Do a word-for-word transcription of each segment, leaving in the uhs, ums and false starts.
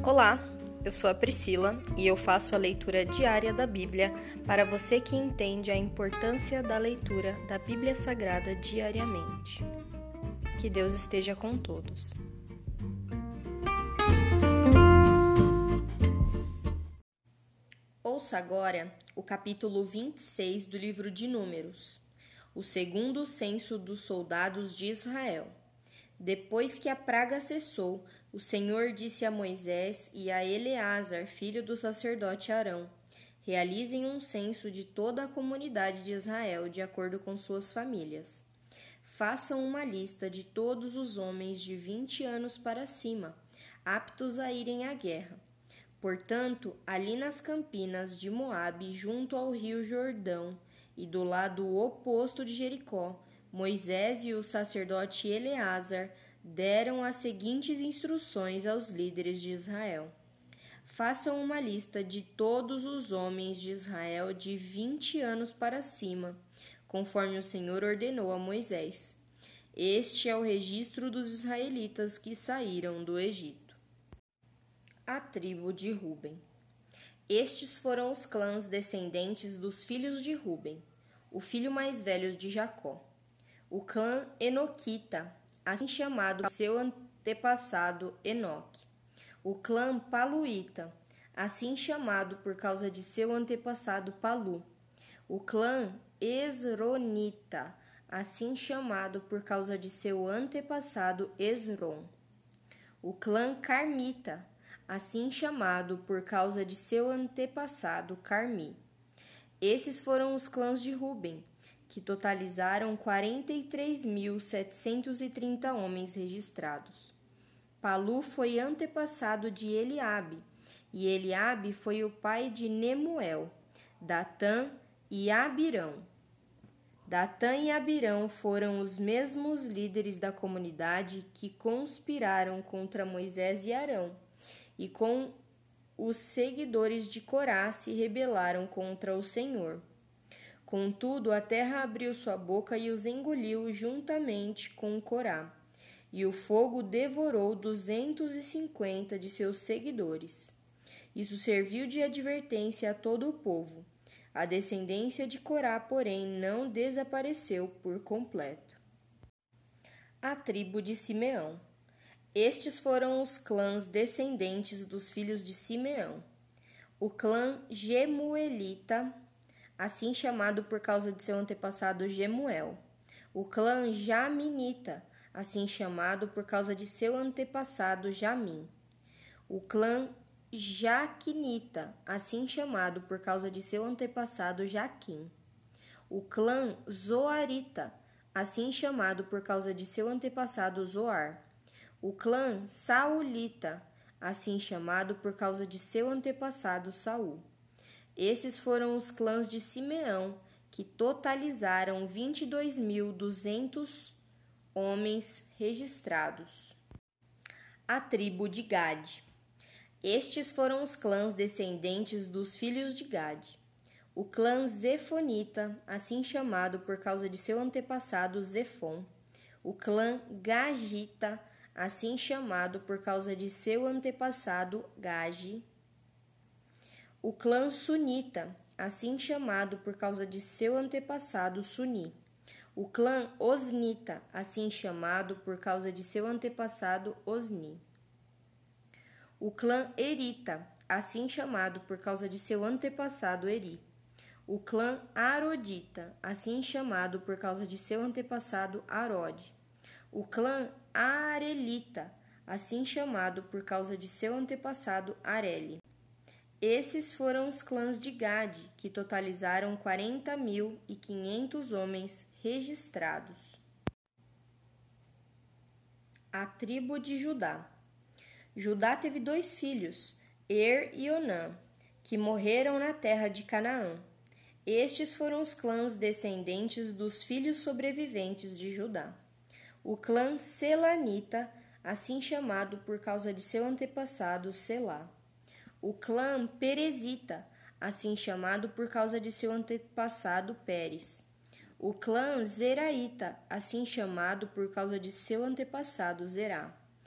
Olá, eu sou a Priscila e eu faço a leitura diária da Bíblia para você que entende a importância da leitura da Bíblia Sagrada diariamente. Que Deus esteja com todos. Ouça agora o capítulo vinte e seis do livro de Números, o segundo censo dos soldados de Israel. Depois que a praga cessou, o Senhor disse a Moisés e a Eleazar, filho do sacerdote Arão: realizem um censo de toda a comunidade de Israel de acordo com suas famílias. Façam uma lista de todos os homens de vinte anos para cima, aptos a irem à guerra. Portanto, ali nas campinas de Moabe, junto ao rio Jordão e do lado oposto de Jericó, Moisés e o sacerdote Eleazar deram as seguintes instruções aos líderes de Israel: façam uma lista de todos os homens de Israel de vinte anos para cima, conforme o Senhor ordenou a Moisés. Este é o registro dos israelitas que saíram do Egito. A tribo de Ruben. Estes foram os clãs descendentes dos filhos de Ruben, o filho mais velho de Jacó. O clã Enoquita, assim chamado por seu antepassado Enoque. O clã Paluíta, assim chamado por causa de seu antepassado Palu. O clã Esronita, assim chamado por causa de seu antepassado Esron. O clã Carmita, assim chamado por causa de seu antepassado Carmi. Esses foram os clãs de Ruben, que totalizaram quarenta e três mil setecentos e trinta homens registrados. Palu foi antepassado de Eliabe, e Eliabe foi o pai de Nemuel, Datã e Abirão. Datã e Abirão foram os mesmos líderes da comunidade que conspiraram contra Moisés e Arão, e com os seguidores de Corá se rebelaram contra o Senhor. Contudo, a terra abriu sua boca e os engoliu juntamente com Corá, e o fogo devorou duzentos e cinquenta de seus seguidores. Isso serviu de advertência a todo o povo. A descendência de Corá, porém, não desapareceu por completo. A tribo de Simeão. Estes foram os clãs descendentes dos filhos de Simeão. O clã Gemuelita, assim chamado por causa de seu antepassado Gemuel. O clã Jaminita, assim chamado por causa de seu antepassado Jamim. O clã Jaquinita, assim chamado por causa de seu antepassado Jaquim. O clã Zoarita, assim chamado por causa de seu antepassado Zoar. O clã Saulita, assim chamado por causa de seu antepassado Saul. Esses foram os clãs de Simeão, que totalizaram vinte e dois mil duzentos homens registrados. A tribo de Gade. Estes foram os clãs descendentes dos filhos de Gade. O clã Zefonita, assim chamado por causa de seu antepassado Zefon. O clã Gagita, assim chamado por causa de seu antepassado Gage. O clã Sunita, assim chamado por causa de seu antepassado Suni. O clã Osnita, assim chamado por causa de seu antepassado Osni. O clã Erita, assim chamado por causa de seu antepassado Eri. O clã Arodita, assim chamado por causa de seu antepassado Arode. O clã Arelita, assim chamado por causa de seu antepassado Areli. Esses foram os clãs de Gade, que totalizaram quarenta mil e quinhentos homens registrados. A tribo de Judá. Judá teve dois filhos, Er e Onã, que morreram na terra de Canaã. Estes foram os clãs descendentes dos filhos sobreviventes de Judá. O clã Selanita, assim chamado por causa de seu antepassado Selá. O clã Perezita, assim chamado por causa de seu antepassado Pérez. O clã Zeraíta, assim chamado por causa de seu antepassado Zerá.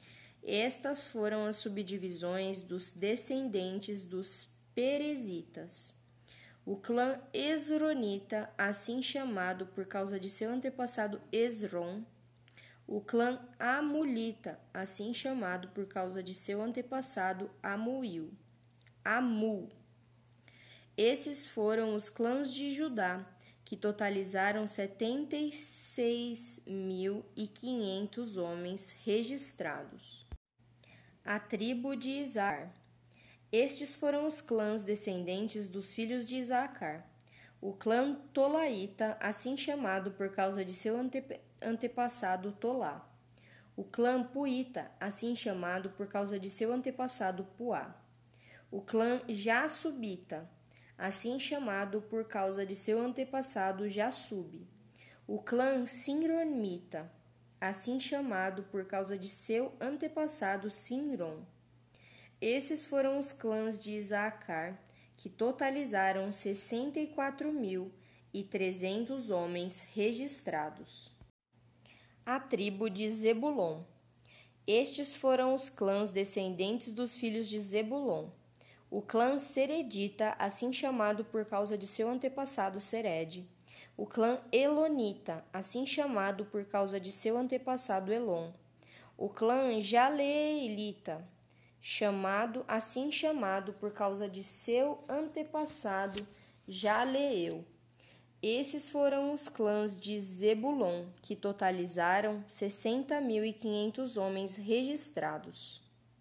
Estas foram as subdivisões dos descendentes dos perezitas. O clã Esronita, assim chamado por causa de seu antepassado Esrom. O clã Amulita, assim chamado por causa de seu antepassado Amuil. Amul. Esses foram os clãs de Judá, que totalizaram setenta e seis mil e quinhentos homens registrados. A tribo de Isacar. Estes foram os clãs descendentes dos filhos de Isacar. O clã Tolaíta, assim chamado por causa de seu antepe- antepassado Tolá. O clã Puíta, assim chamado por causa de seu antepassado Puá. O clã Jassubita, assim chamado por causa de seu antepassado Jassube. O clã Sinronita, assim chamado por causa de seu antepassado Sinron. Esses foram os clãs de Isacar, que totalizaram sessenta e quatro mil e trezentos homens registrados. A tribo de Zebulon. Estes foram os clãs descendentes dos filhos de Zebulon. O clã Seredita, assim chamado por causa de seu antepassado Sered. O clã Elonita, assim chamado por causa de seu antepassado Elon. O clã Jaleelita, chamado assim chamado por causa de seu antepassado Jaleel. Esses foram os clãs de Zebulon, que totalizaram sessenta mil e quinhentos homens registrados.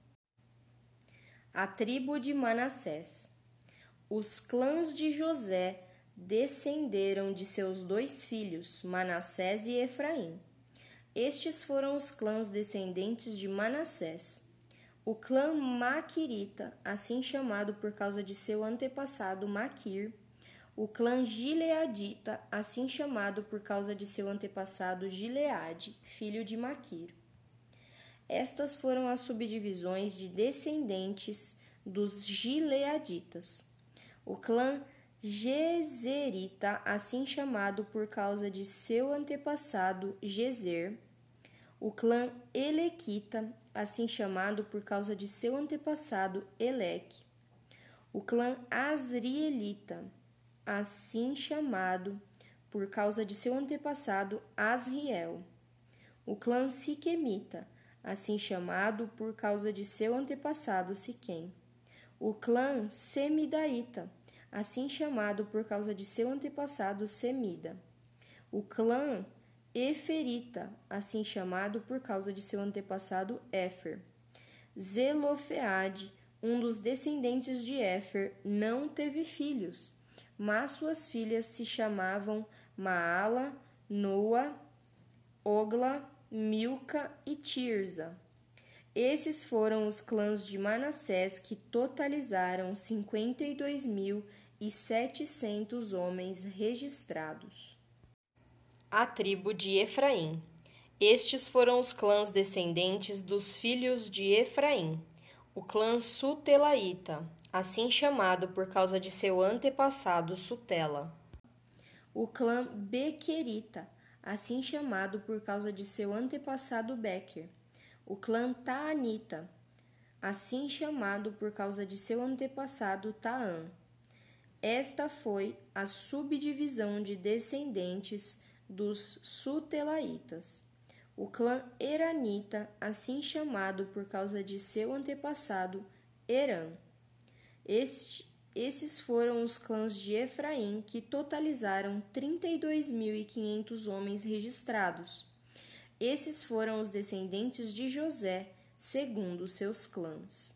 A tribo de Manassés. Os clãs de José descenderam de seus dois filhos, Manassés e Efraim. Estes foram os clãs descendentes de Manassés. O clã Maquirita, assim chamado por causa de seu antepassado Maquir. O clã Gileadita, assim chamado por causa de seu antepassado Gileade, filho de Maquir. Estas foram as subdivisões de descendentes dos Gileaditas. O clã Gezerita, assim chamado por causa de seu antepassado Gezer. O clã Elequita, assim chamado por causa de seu antepassado Eleque. O clã Asrielita, assim chamado por causa de seu antepassado Asriel. O clã Siquemita, assim chamado por causa de seu antepassado Siquém. O clã Semidaíta, assim chamado por causa de seu antepassado Semida. O clã Eferita, assim chamado por causa de seu antepassado Éfer. Zelofeade, um dos descendentes de Éfer, não teve filhos, mas suas filhas se chamavam Maala, Noa, Ogla, Milca e Tirza. Esses foram os clãs de Manassés, que totalizaram cinquenta e dois mil e setecentos homens registrados. A tribo de Efraim. Estes foram os clãs descendentes dos filhos de Efraim. O clã Sutelaíta, assim chamado por causa de seu antepassado Sutela. O clã Bequerita, assim chamado por causa de seu antepassado Bequer. O clã Taanita, assim chamado por causa de seu antepassado Taã. Esta foi a subdivisão de descendentes dos Sutelaitas. O clã Eranita, assim chamado por causa de seu antepassado Eran. Este, esses foram os clãs de Efraim, que totalizaram trinta e dois mil e quinhentos homens registrados. Esses foram os descendentes de José, segundo seus clãs.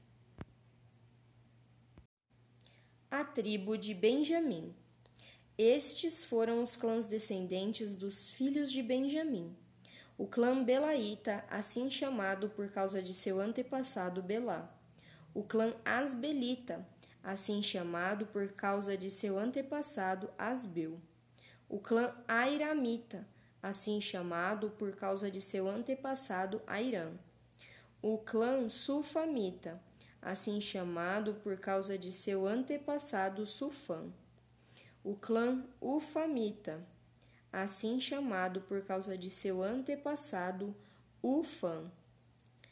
A tribo de Benjamim. Estes foram os clãs descendentes dos filhos de Benjamim. O clã Belaíta, assim chamado por causa de seu antepassado Belá. O clã Asbelita, assim chamado por causa de seu antepassado Asbel. O clã Airamita, assim chamado por causa de seu antepassado Airam. O clã Sulfamita, assim chamado por causa de seu antepassado Sufã. O clã Ufamita, assim chamado por causa de seu antepassado Ufã.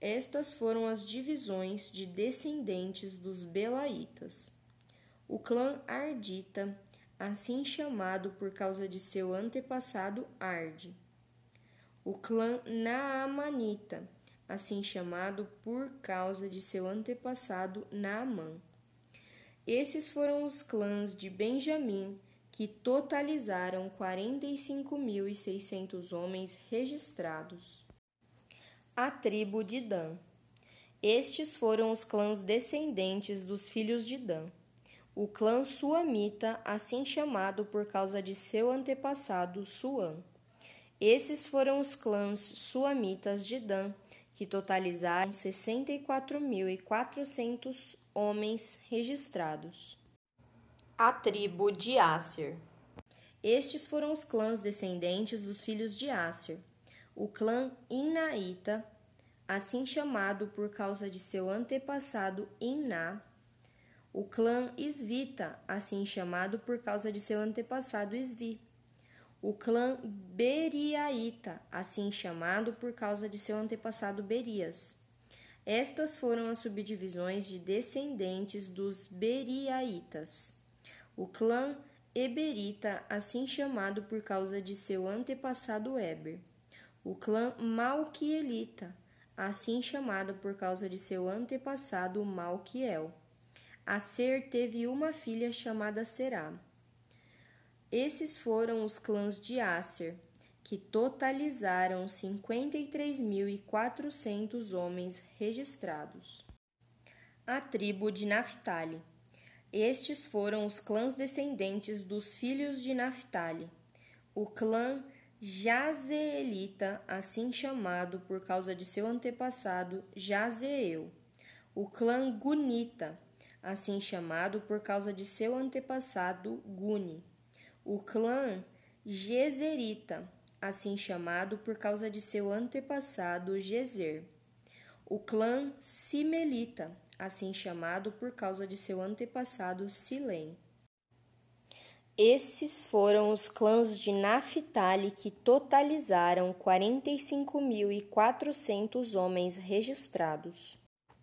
Estas foram as divisões de descendentes dos Belaitas. O clã Ardita, assim chamado por causa de seu antepassado Arde. O clã Naamanita, assim chamado por causa de seu antepassado Naamã. Esses foram os clãs de Benjamim, que totalizaram quarenta e cinco mil e seiscentos homens registrados. A tribo de Dan. Estes foram os clãs descendentes dos filhos de Dan. O clã Suamita, assim chamado por causa de seu antepassado Suam. Esses foram os clãs suamitas de Dan, que totalizaram sessenta e quatro mil e quatrocentos homens registrados. A tribo de Asser. Estes foram os clãs descendentes dos filhos de Asser. O clã Inaíta, assim chamado por causa de seu antepassado Iná. O clã Isvita, assim chamado por causa de seu antepassado Isvi. O clã Beriaíta, assim chamado por causa de seu antepassado Berias. Estas foram as subdivisões de descendentes dos Beriaítas. O clã Eberita, assim chamado por causa de seu antepassado Eber. O clã Malquielita, assim chamado por causa de seu antepassado Malquiel. Aser teve uma filha chamada Será. Esses foram os clãs de Asser, que totalizaram cinquenta e três mil e quatrocentos homens registrados. A tribo de Naphtali. Estes foram os clãs descendentes dos filhos de Naphtali. O clã Jazeelita, assim chamado por causa de seu antepassado Jazeel. O clã Gunita, assim chamado por causa de seu antepassado Guni. O clã Gezerita, assim chamado por causa de seu antepassado Gezer. O clã Simelita, assim chamado por causa de seu antepassado Silém. Esses foram os clãs de Naphtali que totalizaram quarenta e cinco mil e quatrocentos homens registrados.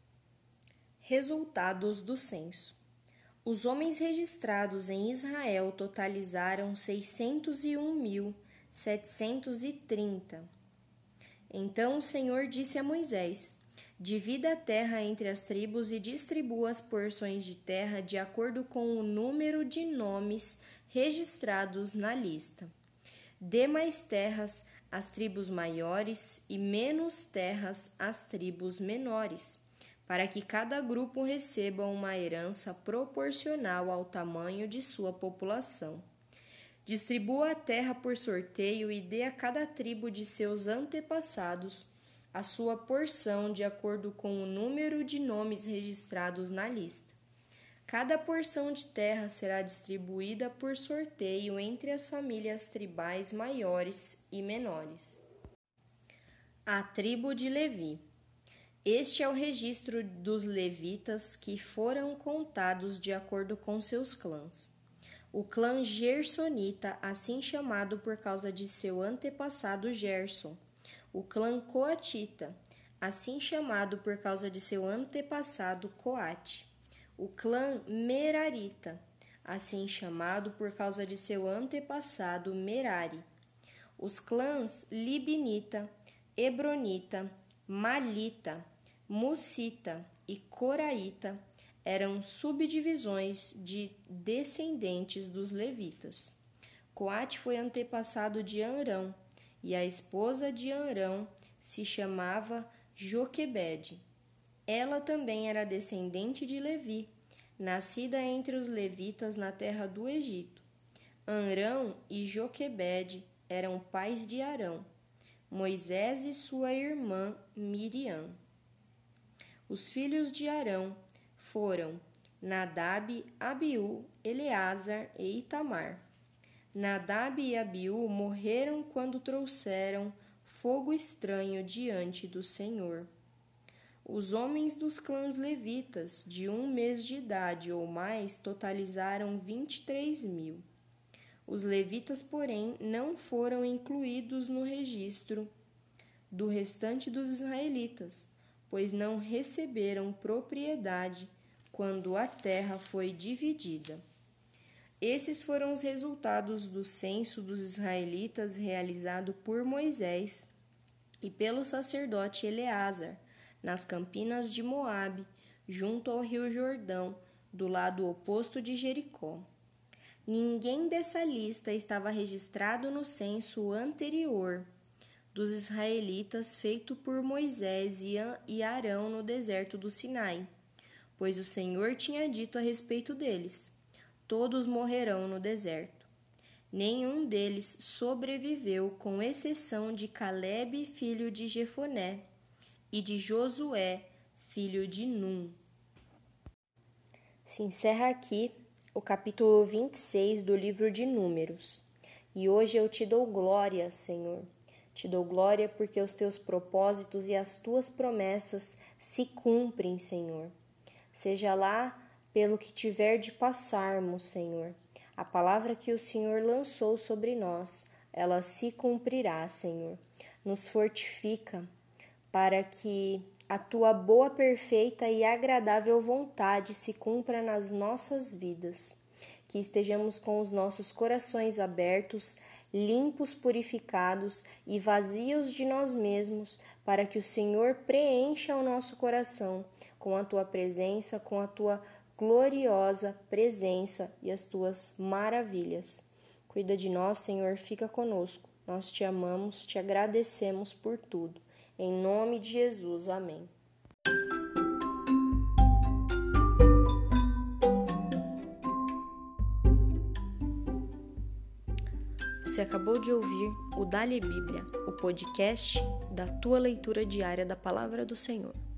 Resultados do censo. Os homens registrados em Israel totalizaram seiscentos e um mil setecentos e trinta. Então o Senhor disse a Moisés: divida a terra entre as tribos e distribua as porções de terra de acordo com o número de nomes registrados na lista. Dê mais terras às tribos maiores e menos terras às tribos menores, para que cada grupo receba uma herança proporcional ao tamanho de sua população. Distribua a terra por sorteio e dê a cada tribo de seus antepassados a sua porção de acordo com o número de nomes registrados na lista. Cada porção de terra será distribuída por sorteio entre as famílias tribais maiores e menores. A tribo de Levi. Este é o registro dos levitas que foram contados de acordo com seus clãs. O clã Gersonita, assim chamado por causa de seu antepassado Gerson. O clã Coatita, assim chamado por causa de seu antepassado Coate. O clã Merarita, assim chamado por causa de seu antepassado Merari. Os clãs Libinita, Hebronita, Malita, Mussita e Coraíta eram subdivisões de descendentes dos levitas. Coate foi antepassado de Amrão, e a esposa de Amrão se chamava Joquebede. Ela também era descendente de Levi, nascida entre os levitas na terra do Egito. Amrão e Joquebede eram pais de Arão, Moisés e sua irmã Miriam. Os filhos de Arão foram Nadab, Abiú, Eleazar e Itamar. Nadab e Abiú morreram quando trouxeram fogo estranho diante do Senhor. Os homens dos clãs levitas, de um mês de idade ou mais, totalizaram vinte e três mil. Os levitas, porém, não foram incluídos no registro do restante dos israelitas, pois não receberam propriedade quando a terra foi dividida. Esses foram os resultados do censo dos israelitas realizado por Moisés e pelo sacerdote Eleazar, nas campinas de Moabe, junto ao rio Jordão, do lado oposto de Jericó. Ninguém dessa lista estava registrado no censo anterior dos israelitas feito por Moisés e Arão no deserto do Sinai, pois o Senhor tinha dito a respeito deles: todos morrerão no deserto. Nenhum deles sobreviveu, com exceção de Calebe, filho de Jefoné, e de Josué, filho de Num. Se encerra aqui o capítulo vinte e seis do livro de Números. E hoje eu te dou glória, Senhor. Te dou glória porque os teus propósitos e as tuas promessas se cumprem, Senhor. Seja lá pelo que tiver de passarmos, Senhor. A palavra que o Senhor lançou sobre nós, ela se cumprirá, Senhor. Nos fortifica para que a tua boa, perfeita e agradável vontade se cumpra nas nossas vidas. Que estejamos com os nossos corações abertos, limpos, purificados e vazios de nós mesmos, para que o Senhor preencha o nosso coração com a tua presença, com a tua gloriosa presença e as tuas maravilhas. Cuida de nós, Senhor, fica conosco. Nós te amamos, te agradecemos por tudo. Em nome de Jesus, amém. Você acabou de ouvir o Dali Bíblia, o podcast da tua leitura diária da Palavra do Senhor.